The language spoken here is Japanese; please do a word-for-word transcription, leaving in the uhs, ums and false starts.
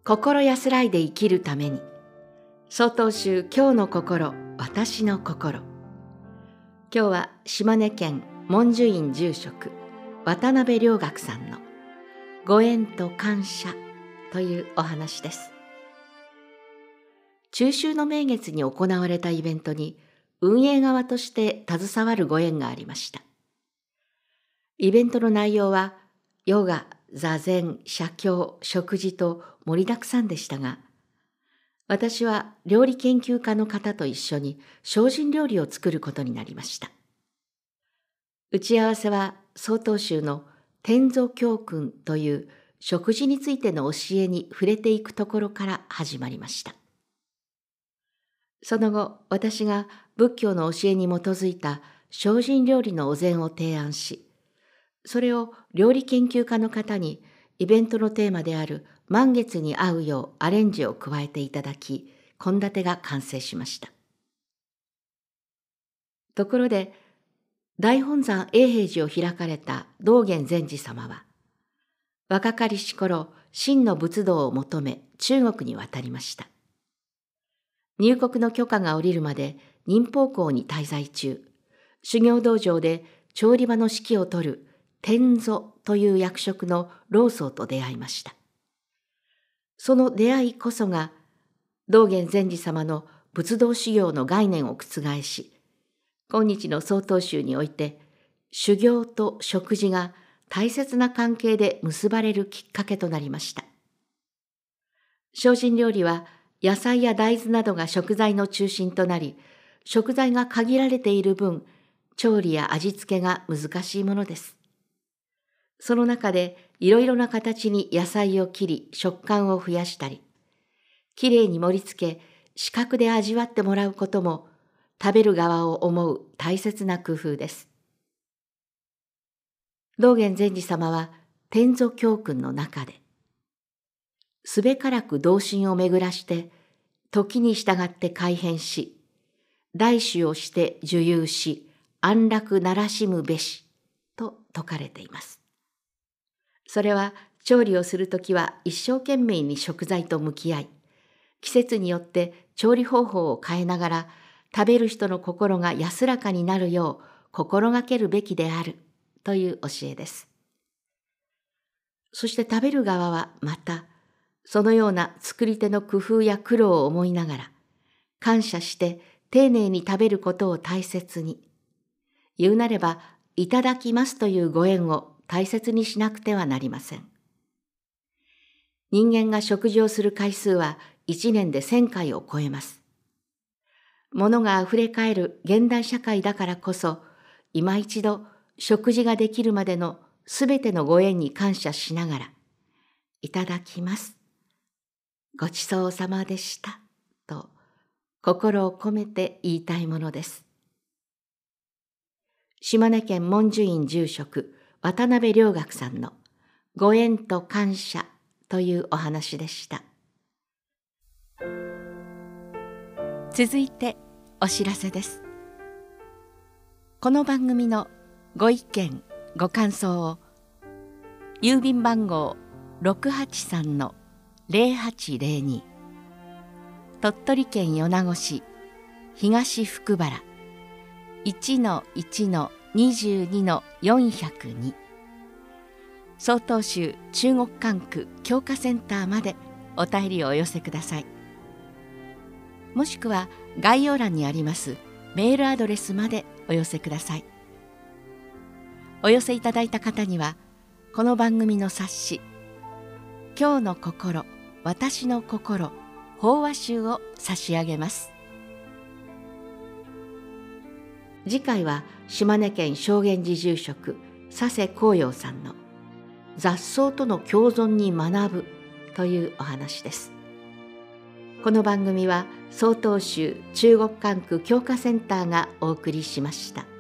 心安らいで生きるために。曹洞宗今日の心、私の心。今日は島根県文殊院住職渡辺良学さんのご縁と感謝というお話です。中秋の名月に行われたイベントに運営側として携わるご縁がありました。イベントの内容はヨガ、座禅、写経、食事と盛りだくさんでしたが、私は料理研究家の方と一緒に精進料理を作ることになりました。打ち合わせは曹洞宗の天祖教訓という食事についての教えに触れていくところから始まりました。その後、私が仏教の教えに基づいた精進料理のお膳を提案し、それを料理研究家の方にイベントのテーマである満月に合うようアレンジを加えていただき、献立が完成しました。ところで、大本山永平寺を開かれた道元禅師様は、若かりし頃、真の仏道を求め中国に渡りました。入国の許可が下りるまで忍法校に滞在中、修行道場で調理場の指揮を執る天祖という役職の老僧と出会いました。その出会いこそが、道元禅師様の仏道修行の概念を覆し、今日の曹洞宗において、修行と食事が大切な関係で結ばれるきっかけとなりました。精進料理は、野菜や大豆などが食材の中心となり、食材が限られている分、調理や味付けが難しいものです。その中でいろいろな形に野菜を切り食感を増やしたり、きれいに盛り付け視覚で味わってもらうことも食べる側を思う大切な工夫です。道元禅師様は天祖教訓の中で、すべからく同心を巡らして、時に従って改変し、大衆をして受有し、安楽ならしむべし、と説かれています。それは、調理をするときは一生懸命に食材と向き合い、季節によって調理方法を変えながら、食べる人の心が安らかになるよう心がけるべきである、という教えです。そして食べる側はまた、そのような作り手の工夫や苦労を思いながら、感謝して丁寧に食べることを大切に、言うなれば、いただきますというご縁を大切にしなくてはなりません。人間が食事をする回数はいちねんでせんかいを超えます。物があふれかえる現代社会だからこそ、今一度食事ができるまでのすべてのご縁に感謝しながら、いただきます。ごちそうさまでした。と心を込めて言いたいものです。島根県文殊院住職渡辺良学さんのご縁と感謝というお話でした。続いてお知らせです。この番組のご意見ご感想を郵便番号 ろくはちさんのゼロはちゼロに 鳥取県米子市東福原 いちのいちのにじゅうにのよんひゃくに 曹洞宗中国管区教化センターまでお便りをお寄せください。もしくは概要欄にありますメールアドレスまでお寄せください。お寄せいただいた方にはこの番組の冊子今日の心私の心法話集を差し上げます。次回は島根県正源寺住職佐世光陽さんの雑草との共存に学ぶというお話です。この番組は曹洞宗中国管区教化センターがお送りしました。